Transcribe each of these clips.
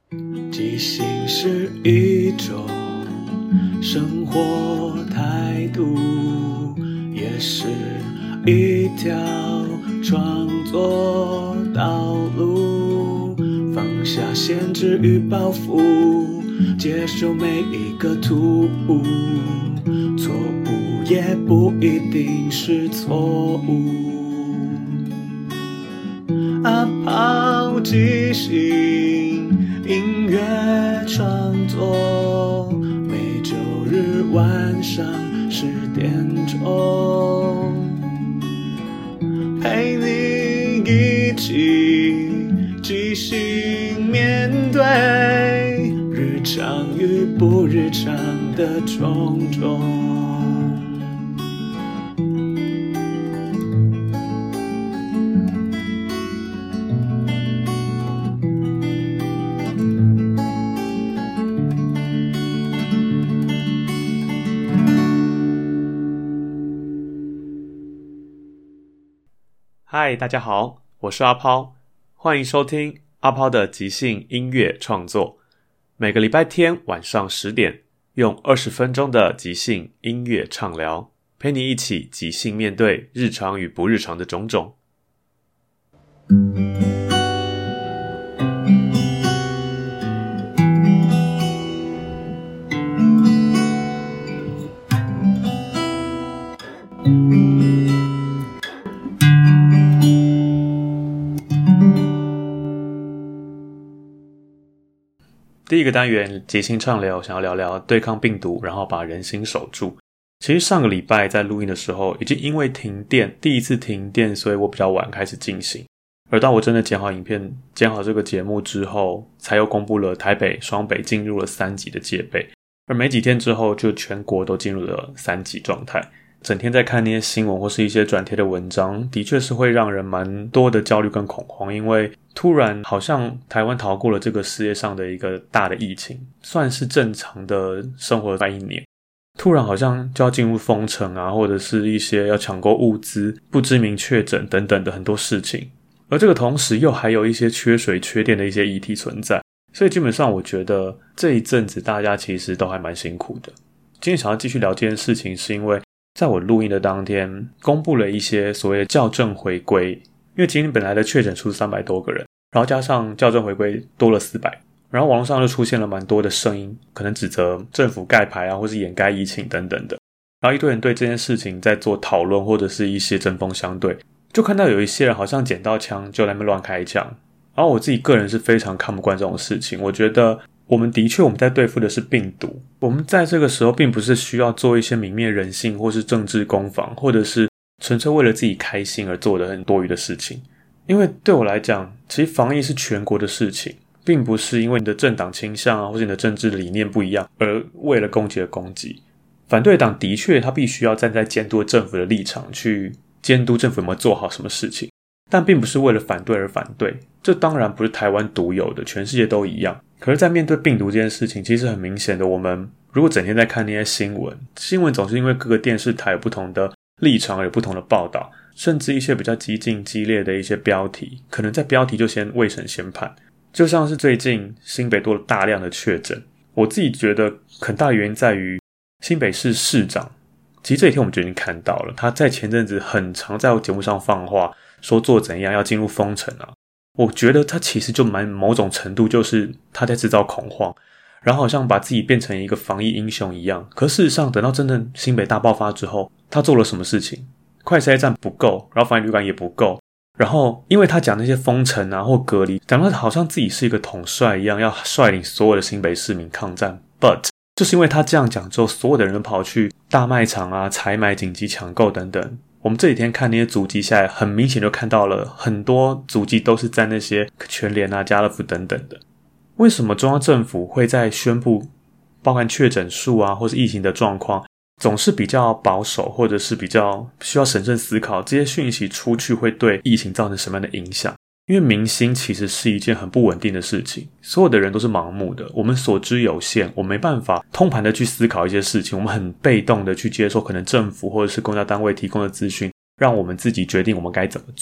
即兴是一种生活态度，也是一条创作道路。放下限制与包袱，接受每一个突兀，错误也不一定是错误。阿抛即兴音乐创作，每周日晚上10点钟，陪你一起即兴面对日常与不日常的种种。 嗨，大家好，我是阿抛，欢迎收听阿抛的即兴音乐创作。每个礼拜天晚上10点，用20分钟的即兴音乐畅聊，陪你一起即兴面对日常与不日常的种种。第一个单元即兴畅聊，想要聊聊对抗病毒，然后把人心守住。其实上个礼拜在录音的时候，已经因为停电，第一次停电，所以我比较晚开始进行。而当我真的剪好影片，剪好这个节目之后，才又公布了台北、双北进入了3级的戒备。而没几天之后，就全国都进入了3级状态。整天在看那些新闻或是一些转贴的文章，的确是会让人蛮多的焦虑跟恐慌，因为突然好像台湾逃过了这个世界上的一个大的疫情，算是正常的生活快1年，突然好像就要进入封城啊，或者是一些要抢购物资、不知名确诊等等的很多事情，而这个同时又还有一些缺水缺电的一些议题存在，所以基本上我觉得这一阵子大家其实都还蛮辛苦的。今天想要继续聊这件事情，是因为在我录音的当天公布了一些所谓的校正回归，因为今天本来的确诊数300多个人，然后加上校正回归多了400，然后网络上就出现了蛮多的声音，可能指责政府盖牌啊，或是掩盖疫情等等的，然后一堆人对这件事情在做讨论，或者是一些针锋相对，就看到有一些人好像捡到枪就在那边乱开枪，然后我自己个人是非常看不惯这种事情。我觉得我们在对付的是病毒，我们在这个时候并不是需要做一些泯灭人性或是政治攻防，或者是纯粹为了自己开心而做的很多余的事情。因为对我来讲，其实防疫是全国的事情，并不是因为你的政党倾向啊，或是你的政治理念不一样而为了攻击而攻击。反对党的确他必须要站在监督政府的立场去监督政府有没有做好什么事情，但并不是为了反对而反对，这当然不是台湾独有的，全世界都一样。可是在面对病毒这件事情，其实很明显的，我们如果整天在看那些新闻总是因为各个电视台有不同的立场而有不同的报道，甚至一些比较激进激烈的一些标题，可能在标题就先未审先判。就像是最近新北多了大量的确诊，我自己觉得很大的原因在于新北市市长，其实这几天我们就已经看到了，他在前阵子很常在我节目上放话，说做怎样要进入封城啊。我觉得他其实就某种程度就是他在制造恐慌，然后好像把自己变成一个防疫英雄一样。可事实上等到真正新北大爆发之后，他做了什么事情？快筛站不够，然后防疫旅馆也不够，然后因为他讲那些封城啊或隔离，讲到好像自己是一个统帅一样，要率领所有的新北市民抗战。 But 就是因为他这样讲之后，所有的人都跑去大卖场啊采买紧急抢购等等。我们这几天看那些足迹下来，很明显就看到了很多足迹都是在那些全联啊家乐福等等的。为什么中央政府会在宣布包含确诊数啊或是疫情的状况总是比较保守，或者是比较需要审慎思考这些讯息出去会对疫情造成什么样的影响？因为民心其实是一件很不稳定的事情，所有的人都是盲目的，我们所知有限，我们没办法通盘的去思考一些事情，我们很被动的去接受可能政府或者是公家单位提供的资讯，让我们自己决定我们该怎么做。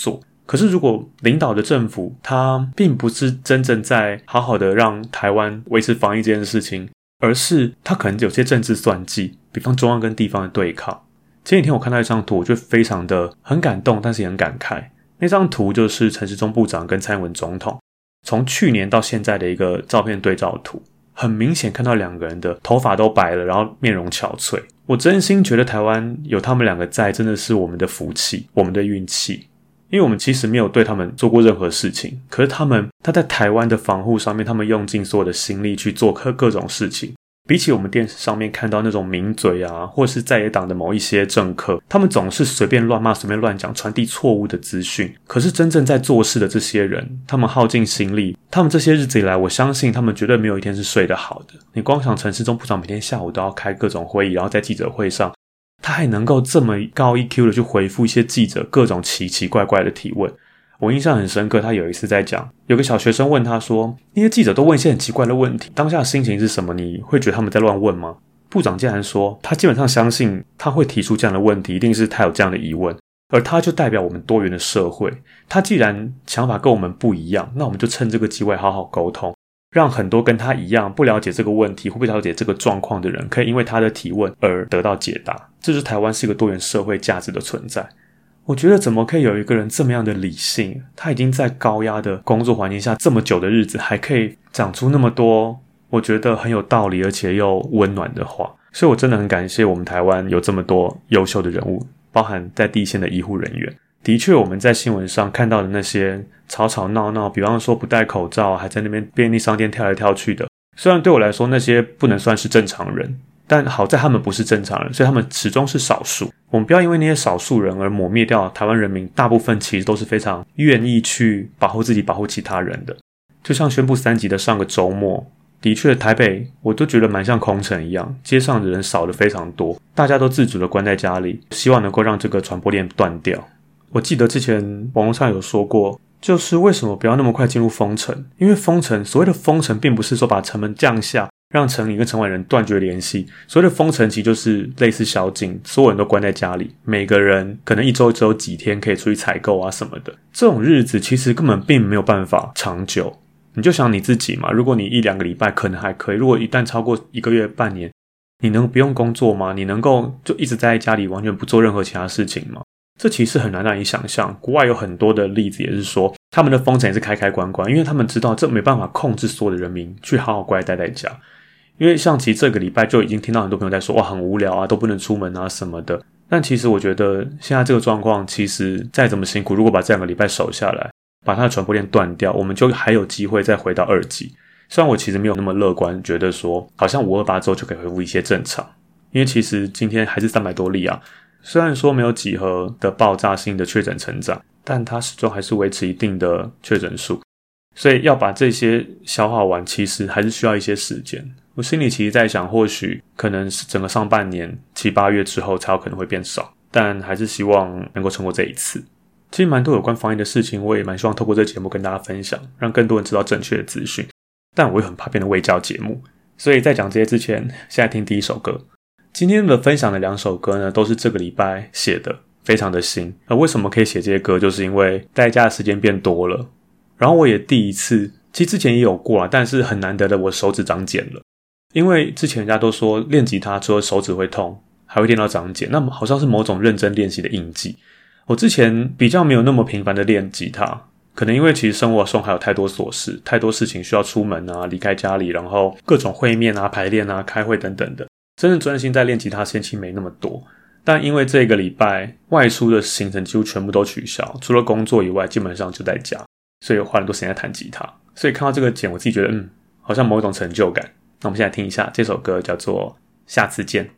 可是如果领导的政府他并不是真正在好好的让台湾维持防疫这件事情，而是他可能有些政治算计，比方中央跟地方的对抗。前几天我看到一张图，我觉得非常的很感动，但是也很感慨。那张图就是陈时中部长跟蔡英文总统从去年到现在的一个照片对照图，很明显看到两个人的头发都白了，然后面容憔悴。我真心觉得台湾有他们两个在，真的是我们的福气，我们的运气。因为我们其实没有对他们做过任何事情，可是他在台湾的防护上面，他们用尽所有的心力去做各种事情。比起我们电视上面看到那种名嘴啊，或是在野党的某一些政客，他们总是随便乱骂、随便乱讲，传递错误的资讯。可是真正在做事的这些人，他们耗尽心力，他们这些日子以来，我相信他们绝对没有一天是睡得好的。你光想陈时中部长每天下午都要开各种会议，然后在记者会上他还能够这么高 EQ 的去回复一些记者各种奇奇怪怪的提问。我印象很深刻，他有一次在讲，有个小学生问他说，那些记者都问一些很奇怪的问题，当下的心情是什么？你会觉得他们在乱问吗？部长竟然说，他基本上相信他会提出这样的问题，一定是他有这样的疑问，而他就代表我们多元的社会。他既然想法跟我们不一样，那我们就趁这个机会好好沟通，让很多跟他一样不了解这个问题或不了解这个状况的人，可以因为他的提问而得到解答。这就是台湾是一个多元社会价值的存在。我觉得怎么可以有一个人这么样的理性，他已经在高压的工作环境下这么久的日子，还可以讲出那么多我觉得很有道理而且又温暖的话。所以我真的很感谢我们台湾有这么多优秀的人物，包含在第一线的医护人员。的确我们在新闻上看到的那些吵吵闹闹，比方说不戴口罩还在那边便利商店跳来跳去的，虽然对我来说那些不能算是正常人，但好在他们不是正常人，所以他们始终是少数。我们不要因为那些少数人而抹灭掉台湾人民大部分其实都是非常愿意去保护自己保护其他人的。就像宣布3级的上个周末，的确台北我都觉得蛮像空城一样，街上的人少得非常多，大家都自主的关在家里，希望能够让这个传播链断掉。我记得之前网络上有说过，就是为什么不要那么快进入封城，因为封城，所谓的封城并不是说把城门降下让城里跟城外人断绝联系，所谓的封城期就是类似宵禁，所有人都关在家里，每个人可能一周只有几天可以出去采购啊什么的，这种日子其实根本并没有办法长久。你就想你自己嘛，如果你1-2个礼拜可能还可以，如果一旦超过1个月半年，你能不用工作吗？你能够就一直待在家里完全不做任何其他事情吗？这其实很难让你想象。国外有很多的例子也是说，他们的封城也是开开关关，因为他们知道这没办法控制所有的人民去好好乖待在家。因为像其实这个礼拜就已经听到很多朋友在说，哇很无聊啊，都不能出门啊什么的。但其实我觉得现在这个状况，其实再怎么辛苦，如果把这2个礼拜守下来，把它的传播链断掉，我们就还有机会再回到2级。虽然我其实没有那么乐观，觉得说好像528之后就可以恢复一些正常，因为其实今天还是300多例啊。虽然说没有几何的爆炸性的确诊成长，但它始终还是维持一定的确诊数，所以要把这些消化完，其实还是需要一些时间。我心里其实在想，或许可能是整个上半年7、8月之后才有可能会变少，但还是希望能够撑过这一次。其实蛮多有关防疫的事情，我也蛮希望透过这个节目跟大家分享，让更多人知道正确的资讯，但我也很怕变成卫教节目，所以在讲这些之前，现在听第一首歌。今天的分享的2首歌呢，都是这个礼拜写的，非常的新。为什么可以写这些歌，就是因为在家的时间变多了，然后我也第一次，其实之前也有过啦，但是很难得的我手指长茧了。因为之前人家都说练吉他除了手指会痛，还会练到长茧，那么好像是某种认真练习的印记。我之前比较没有那么频繁的练吉他，可能因为其实生活中还有太多琐事，太多事情需要出门啊，离开家里，然后各种会面啊、排练啊、开会等等的，真正专心在练吉他时间其实没那么多。但因为这个礼拜外出的行程几乎全部都取消，除了工作以外基本上就在家，所以我花很多时间在弹吉他。所以看到这个茧，我自己觉得好像某一种成就感。那我们现在听一下这首歌，叫做下次见。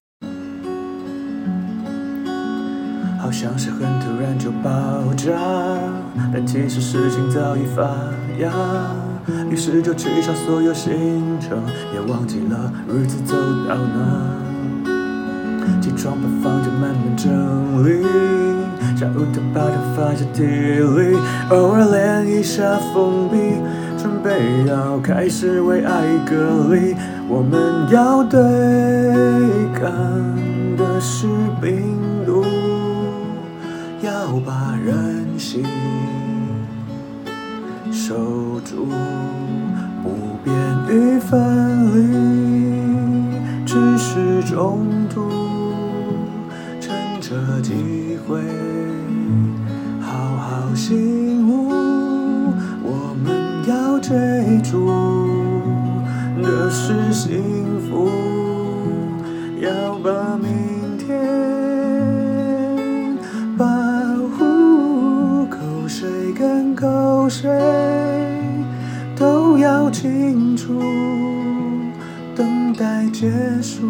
好像是很突然就爆炸，但其实事情早已发芽，于是就取消所有行程，也忘记了日子走到哪。起床把房间慢慢整理，下午的把它放下地里，偶尔练一下封闭，准备要开始为爱隔离。我们要对抗的是病毒，要把人惜，守住不变与分离，只是中途趁着机会好好醒悟，我们要追逐的是幸福，要把明天保护，口水跟口水都要清楚，等待结束。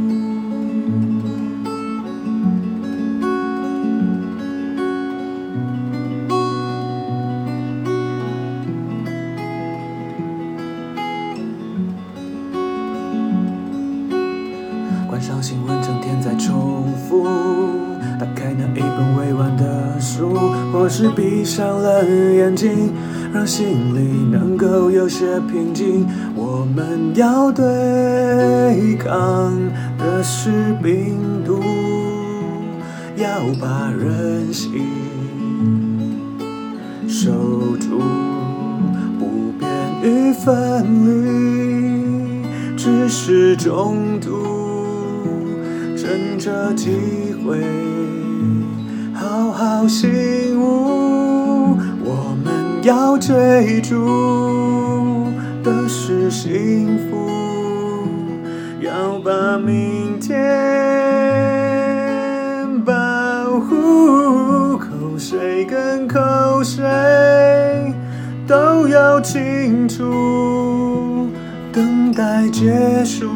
关上新闻，整天在重复，打开那一本未完的书，或是闭上了眼睛，让心里能够有些平静。我们要对抗的是病毒，要把人心守住，不变与分离，只是中途趁着机会好好醒悟，我们要追逐的是幸福，要把明天保护，口水跟口水都要清楚，等待结束。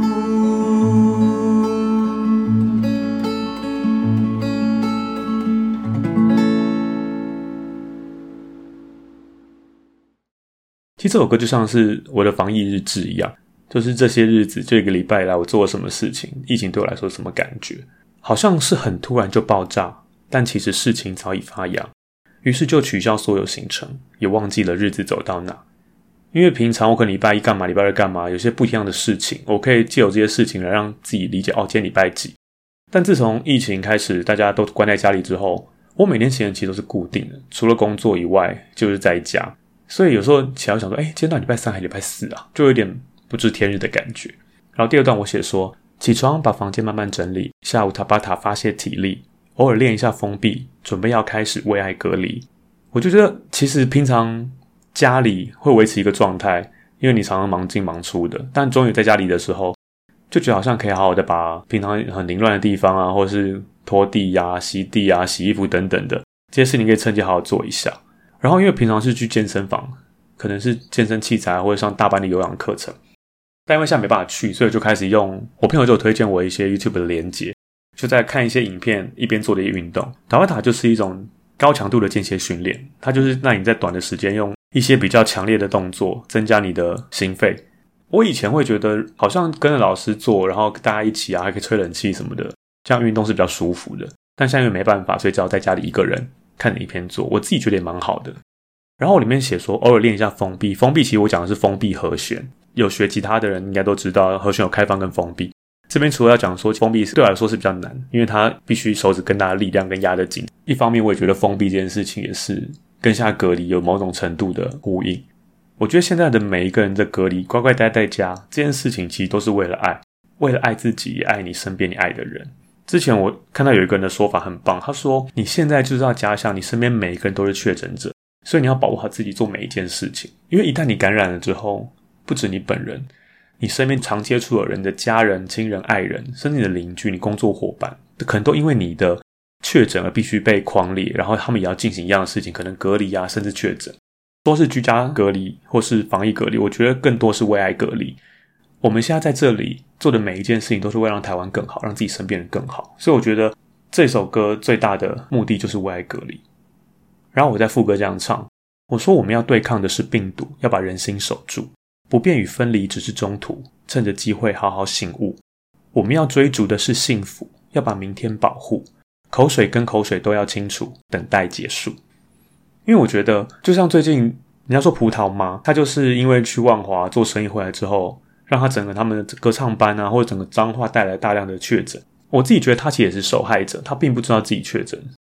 其实这首歌就像是我的防疫日志一样，就是这些日子，这个礼拜来我做了什么事情，疫情对我来说什么感觉，好像是很突然就爆炸，但其实事情早已发芽，于是就取消所有行程，也忘记了日子走到哪。因为平常我可能礼拜一干嘛，礼拜二干嘛，有些不一样的事情，我可以借由这些事情来让自己理解，今天礼拜几。但自从疫情开始，大家都关在家里之后，我每天行程其实都是固定的，除了工作以外就是在家。所以有时候起来想说，今天到底礼拜三还是礼拜四啊，就有点不知天日的感觉。然后第二段我写说，起床把房间慢慢整理，下午塔巴塔发泄体力，偶尔练一下封闭，准备要开始为爱隔离。我就觉得其实平常家里会维持一个状态，因为你常常忙进忙出的，但终于在家里的时候，就觉得好像可以好好的把平常很凌乱的地方啊，或者是拖地啊、洗地啊、洗衣服等等的这些事情可以趁机好好做一下。然后因为平常是去健身房，可能是健身器材或者上大班的有氧课程，但因为现在没办法去，所以就开始用我朋友就有推荐我一些 YouTube 的连结，就在看一些影片一边做的一些运动。塔巴塔就是一种高强度的间歇训练，它就是让你在短的时间用一些比较强烈的动作增加你的心肺。我以前会觉得好像跟着老师做，然后大家一起啊，还可以吹冷气什么的，这样运动是比较舒服的。但现在因为没办法，所以只好在家里一个人看着影片做，我自己觉得也蛮好的。然后我里面写说偶尔练一下封闭，封闭其实我讲的是封闭和弦，有学吉他的人应该都知道和弦有开放跟封闭。这边除了要讲说封闭对我来说是比较难，因为它必须手指更大的力量跟压得紧，一方面我也觉得封闭这件事情也是跟现在隔离有某种程度的呼应。我觉得现在的每一个人的隔离乖乖待在家这件事情其实都是为了爱，为了爱自己也爱你身边你爱的人。之前我看到有一个人的说法很棒，他说你现在就是要假想你身边每一个人都是确诊者，所以你要保护好自己做每一件事情，因为一旦你感染了之后，不止你本人，你身边常接触的人的家人、亲人、爱人，甚至你的邻居、你工作伙伴，可能都因为你的确诊而必须被匡列，然后他们也要进行一样的事情，可能隔离啊，甚至确诊。说是居家隔离或是防疫隔离，我觉得更多是为爱隔离。我们现在在这里做的每一件事情都是为了让台湾更好，让自己身边人更好，所以我觉得这首歌最大的目的就是为爱隔离。然后我在副歌这样唱，我说我们要对抗的是病毒，要把人心守住，不变与分离只是中途，趁着机会好好醒悟。我们要追逐的是幸福，要把明天保护，口水跟口水都要清楚，等待结束。因为我觉得就像最近人家说葡萄妈，她就是因为去万华做生意回来之后，让她整个他们的歌唱班啊，或者整个彰化带来大量的确诊。我自己觉得她其实也是受害者，她并不知道自己确诊，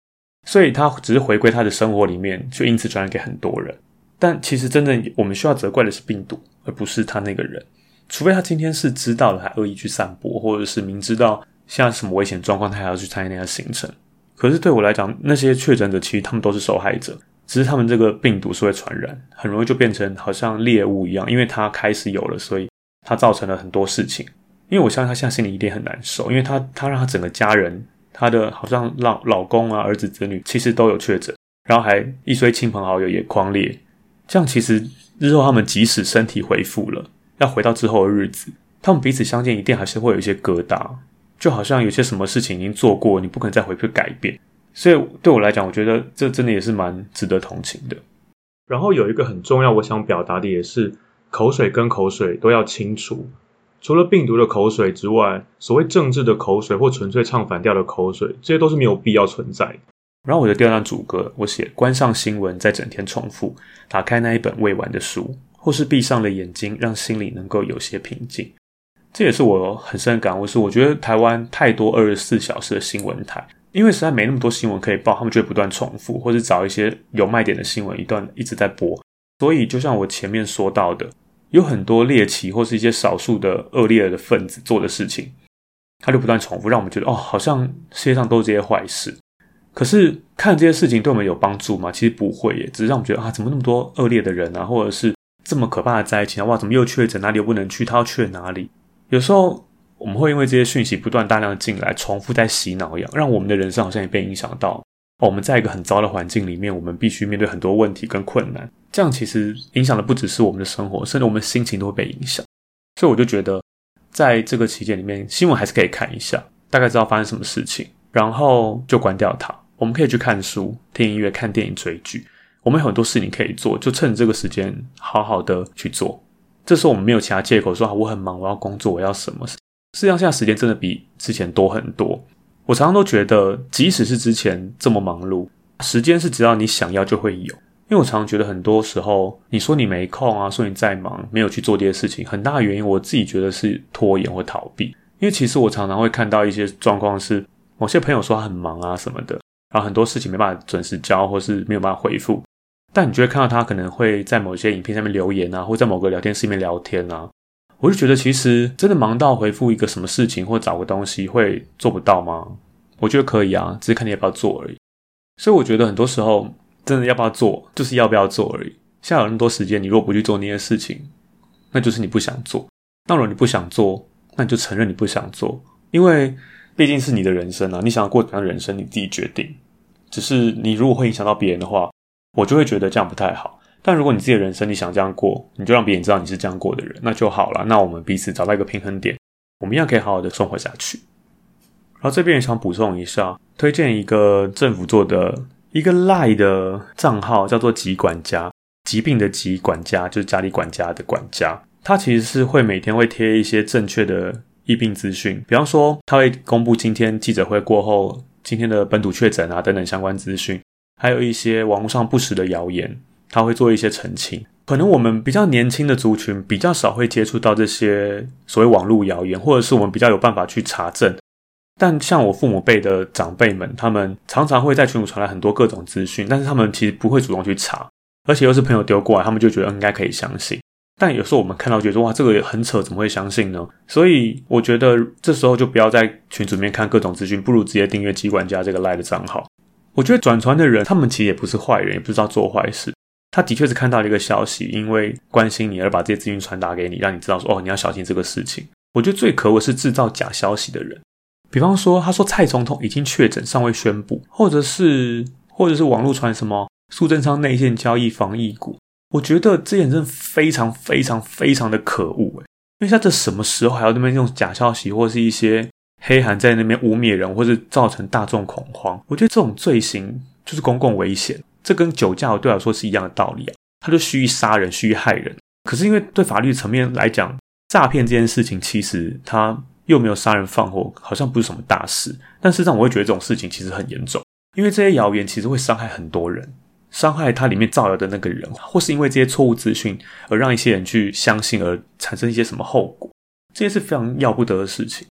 所以他只是回归他的生活里面，就因此传染给很多人。但其实真正我们需要责怪的是病毒，而不是他那个人。除非他今天是知道了还恶意去散播，或者是明知道现在什么危险状况他还要去参加那个行程。可是对我来讲，那些确诊者其实他们都是受害者，只是他们这个病毒是会传染，很容易就变成好像猎物一样，因为他开始有了，所以他造成了很多事情。因为我相信他现在心里一定很难受，因为他让他整个家人，他的好像老公啊、儿子、子女其实都有确诊，然后还一堆亲朋好友也匡列。这样其实日后他们即使身体恢复了，要回到之后的日子，他们彼此相见一定还是会有一些疙瘩，就好像有些什么事情已经做过，你不可能再回去改变。所以对我来讲，我觉得这真的也是蛮值得同情的。然后有一个很重要我想表达的也是，口水跟口水都要清除。除了病毒的口水之外，所谓政治的口水或纯粹唱反调的口水，这些都是没有必要存在的。然后我的第二段主歌，我写关上新闻再整天重复，打开那一本未完的书，或是闭上了眼睛，让心里能够有些平静。这也是我很深的感悟，是我觉得台湾太多24小时的新闻台，因为实在没那么多新闻可以报，他们就会不断重复，或是找一些有卖点的新闻一直在播。所以就像我前面说到的，有很多猎奇或是一些少数的恶劣的分子做的事情，他就不断重复，让我们觉得好像世界上都是这些坏事。可是看这些事情对我们有帮助吗？其实不会耶，只是让我们觉得怎么那么多恶劣的人啊，或者是这么可怕的灾情啊，哇，怎么又确诊，哪里又不能去，他要去哪里？有时候我们会因为这些讯息不断大量的进来，重复在洗脑一样，让我们的人生好像也被影响到。我们在一个很糟的环境里面，我们必须面对很多问题跟困难，这样其实影响的不只是我们的生活，甚至我们心情都会被影响。所以我就觉得在这个期间里面，新闻还是可以看一下，大概知道发生什么事情，然后就关掉它。我们可以去看书、听音乐、看电影、追剧，我们有很多事情可以做，就趁这个时间好好的去做。这时候我们没有其他借口说我很忙，我要工作，我要什么。事实上现在时间真的比之前多很多。我常常都觉得即使是之前这么忙碌，时间是只要你想要就会有。因为我常常觉得很多时候你说你没空啊，说你在忙没有去做这些事情，很大的原因我自己觉得是拖延或逃避。因为其实我常常会看到一些状况是某些朋友说他很忙啊什么的，然后很多事情没办法准时交或是没有办法回复，但你就会看到他可能会在某些影片上面留言啊，或在某个聊天室里面聊天啊，我就觉得其实真的忙到回复一个什么事情或找个东西会做不到吗？我觉得可以啊，只是看你要不要做而已。所以我觉得很多时候真的要不要做就是要不要做而已。现在有那么多时间，你如果不去做那些事情，那就是你不想做。那如果你不想做，那你就承认你不想做，因为毕竟是你的人生啊，你想要过怎样的人生你自己决定。只是你如果会影响到别人的话，我就会觉得这样不太好。但如果你自己的人生你想这样过，你就让别人知道你是这样过的人，那就好了。那我们彼此找到一个平衡点，我们一样可以好好的生活下去。然后这边也想补充一下，推荐一个政府做的一个 LINE 的账号，叫做疾管家，疾病的疾，管家就是家里管家的管家。他其实是会每天会贴一些正确的疫病资讯，比方说他会公布今天记者会过后今天的本土确诊啊等等相关资讯，还有一些网络上不实的谣言，他会做一些澄清。可能我们比较年轻的族群比较少会接触到这些所谓网络谣言，或者是我们比较有办法去查证。但像我父母辈的长辈们，他们常常会在群组传来很多各种资讯，但是他们其实不会主动去查，而且又是朋友丢过来，他们就觉得应该可以相信。但有时候我们看到觉得说哇，这个很扯，怎么会相信呢？所以我觉得这时候就不要在群组里面看各种资讯，不如直接订阅疾管家这个 LINE 的账号。我觉得转传的人他们其实也不是坏人，也不知道做坏事，他的确是看到了一个消息，因为关心你而把这些资讯传达给你，让你知道说你要小心这个事情。我觉得最可恶是制造假消息的人，比方说他说蔡总统已经确诊尚未宣布，或者是网络传什么苏贞昌内线交易防疫股，我觉得这点真的非常非常非常的可恶因为在这什么时候还要那边用假消息或是一些黑函在那边污蔑人，或是造成大众恐慌。我觉得这种罪行就是公共危险，这跟酒驾对我来说是一样的道理啊。他就蓄意杀人，蓄意害人。可是因为对法律层面来讲，诈骗这件事情其实他又没有杀人放火，好像不是什么大事。但事实上我会觉得这种事情其实很严重，因为这些谣言其实会伤害很多人，伤害他里面造谣的那个人，或是因为这些错误资讯而让一些人去相信而产生一些什么后果，这些是非常要不得的事情。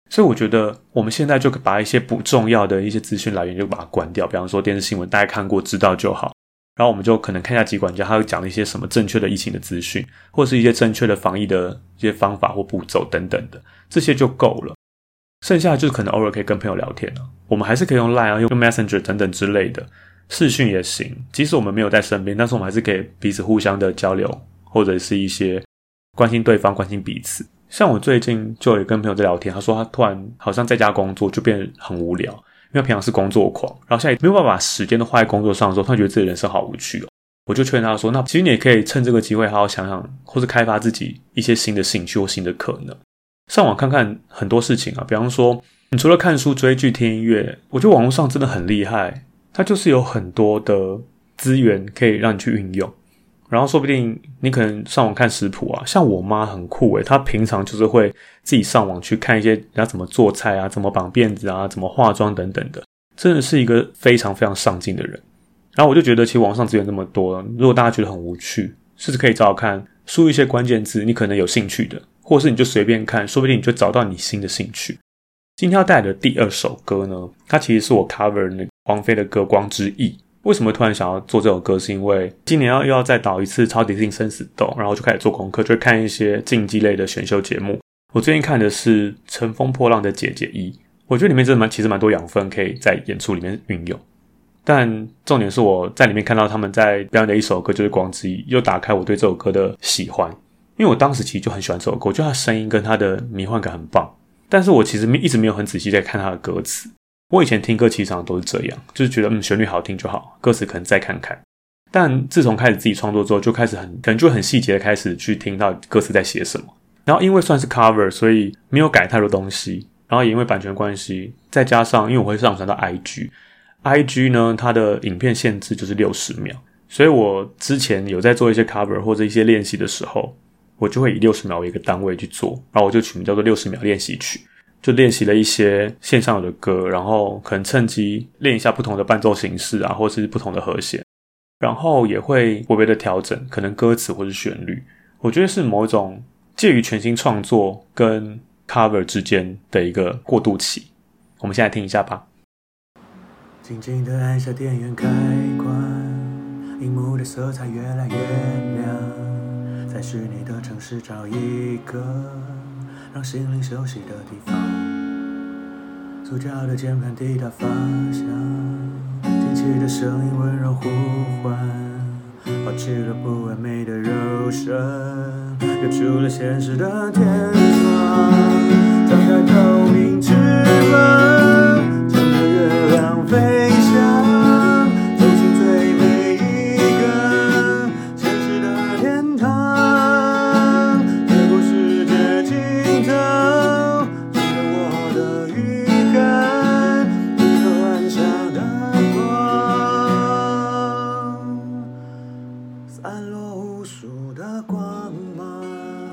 所以我觉得我们现在就把一些不重要的一些资讯来源就把它关掉，比方说电视新闻大家看过知道就好，然后我们就可能看一下疾管家他会讲一些什么正确的疫情的资讯，或是一些正确的防疫的一些方法或步骤等等的，这些就够了。剩下就是可能偶尔可以跟朋友聊天我们还是可以用 LINE 啊，用 Messenger 等等之类的，视讯也行，即使我们没有在身边，但是我们还是可以彼此互相的交流，或者是一些关心对方关心彼此。像我最近就有跟朋友在聊天，他说他突然好像在家工作就变得很无聊，因为平常是工作狂，然后现在没有办法把时间都花在工作上的时候，他觉得自己人生好无趣我就劝他说，那其实你也可以趁这个机会好好想想，或是开发自己一些新的兴趣或新的可能，上网看看很多事情比方说你除了看书追剧听音乐，我觉得网络上真的很厉害，它就是有很多的资源可以让你去运用，然后说不定你可能上网看食谱像我妈很酷她平常就是会自己上网去看一些人家怎么做菜怎么绑辫子怎么化妆等等的，真的是一个非常非常上进的人。然后我就觉得其实网上资源这么多，如果大家觉得很无趣，是可以找找看，输入一些关键字你可能有兴趣的，或是你就随便看，说不定你就找到你新的兴趣。今天要带来的第2首歌呢，它其实是我 cover 那个王菲的歌《光之翼》。为什么突然想要做这首歌，是因为今年又要再导一次超级星生死斗，然后就开始做功课，就会看一些竞技类的选秀节目。我最近看的是《乘风破浪的姐姐1》，我觉得里面真的其实蛮多养分可以在演出里面运用。但重点是我在里面看到他们在表演的一首歌就是《光之翼》，又打开我对这首歌的喜欢。因为我当时其实就很喜欢这首歌，我觉得它的声音跟它的迷幻感很棒，但是我其实一直没有很仔细在看它的歌词。我以前听歌其实常常都是这样，就是觉得旋律好听就好，歌词可能再看看。但自从开始自己创作之后，就开始可能就很细节的开始去听到歌词在写什么。然后因为算是 cover， 所以没有改太多东西，然后也因为版权关系，再加上因为我会上传到 IG 呢，它的影片限制就是60秒，所以我之前有在做一些 cover 或者一些练习的时候，我就会以60秒为一个单位去做，然后我就取名叫做60秒练习曲，就练习了一些线上的歌，然后可能趁机练一下不同的伴奏形式或是不同的和弦，然后也会微微的调整可能歌词或是旋律。我觉得是某一种介于全新创作跟 cover 之间的一个过渡期。我们现在听一下吧。 静静地按下电源开关，荧幕的色彩越来越亮，在虚拟的城市找一个让心灵休息的地方。塑胶的键盘抵达方向，机器的声音温柔呼唤，保持了不完美的柔声，跃出了现实的天窗，张开透明翅膀，乘着月亮飞翔，走进最美一个现实的天堂，越过世界尽头，只有我的预感，一个幻想的光，散落无数的光芒。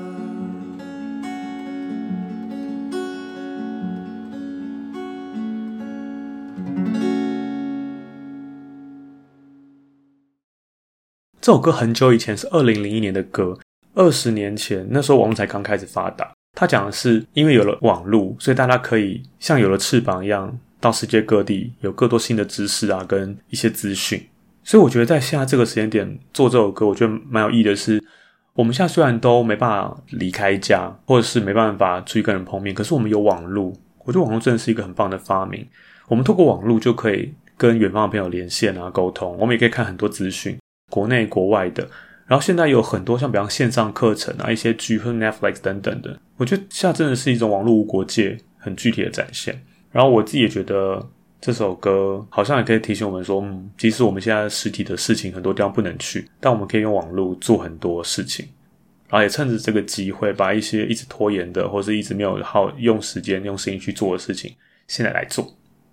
这首歌很久以前是2001年的歌，20年前那时候网络才刚开始发达。它讲的是因为有了网络，所以大家可以像有了翅膀一样到世界各地，有更多新的知识跟一些资讯。所以我觉得在现在这个时间点做这首歌，我觉得蛮有意义的是，我们现在虽然都没办法离开家，或者是没办法出去跟人碰面，可是我们有网络，我觉得网络真的是一个很棒的发明。我们透过网络就可以跟远方的朋友连线沟通，我们也可以看很多资讯，国内国外的，然后现在有很多像比方线上课程一些剧或 Netflix 等等的，我觉得现在真的是一种网络无国界很具体的展现。然后我自己也觉得这首歌好像也可以提醒我们说，即使我们现在实体的事情很多地方不能去，但我们可以用网络做很多事情，然后也趁着这个机会把一些一直拖延的或是一直没有好用时间用心去做的事情现在来做。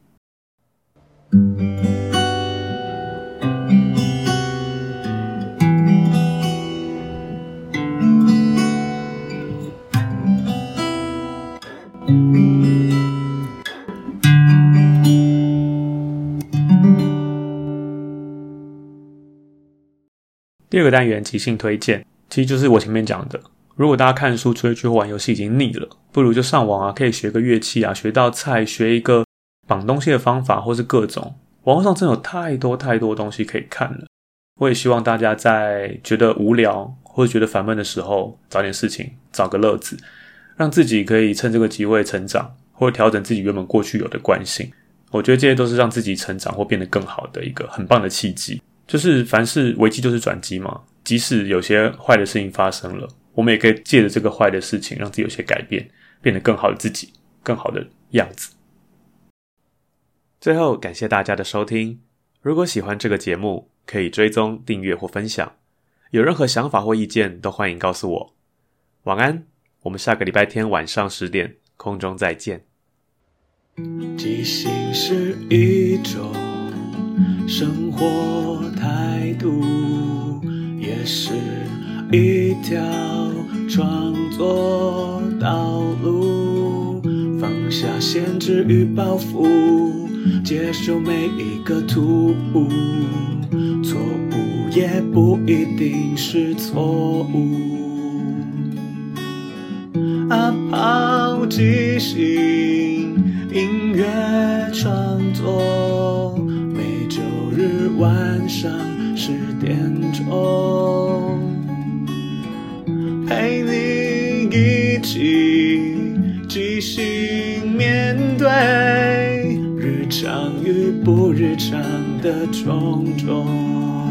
第2个单元即兴推荐，其实就是我前面讲的，如果大家看书追剧或玩游戏已经腻了， 不如就上网啊，可以学个乐器啊，学道菜，学一个绑东西的方法，或是各种。网络上真的有太多太多东西可以看了。我也希望大家在觉得无聊或者觉得烦闷的时候，找点事情，找个乐子，让自己可以趁这个机会成长，或者调整自己原本过去有的惯性。我觉得这些都是让自己成长或变得更好的一个很棒的契机。就是凡事危机就是转机嘛，即使有些坏的事情发生了，我们也可以借着这个坏的事情让自己有些改变，变得更好的自己，更好的样子。最后感谢大家的收听，如果喜欢这个节目，可以追踪、订阅或分享。有任何想法或意见都欢迎告诉我。晚安，我们下个礼拜天晚上10点空中再见。 即兴是一种生活态度，也是一条创作道路。放下限制与包袱，接受每一个突兀，错误也不一定是错误。抛即兴音乐创作，每周日晚上10点钟，陪你一起即兴面对日常与不日常的种种。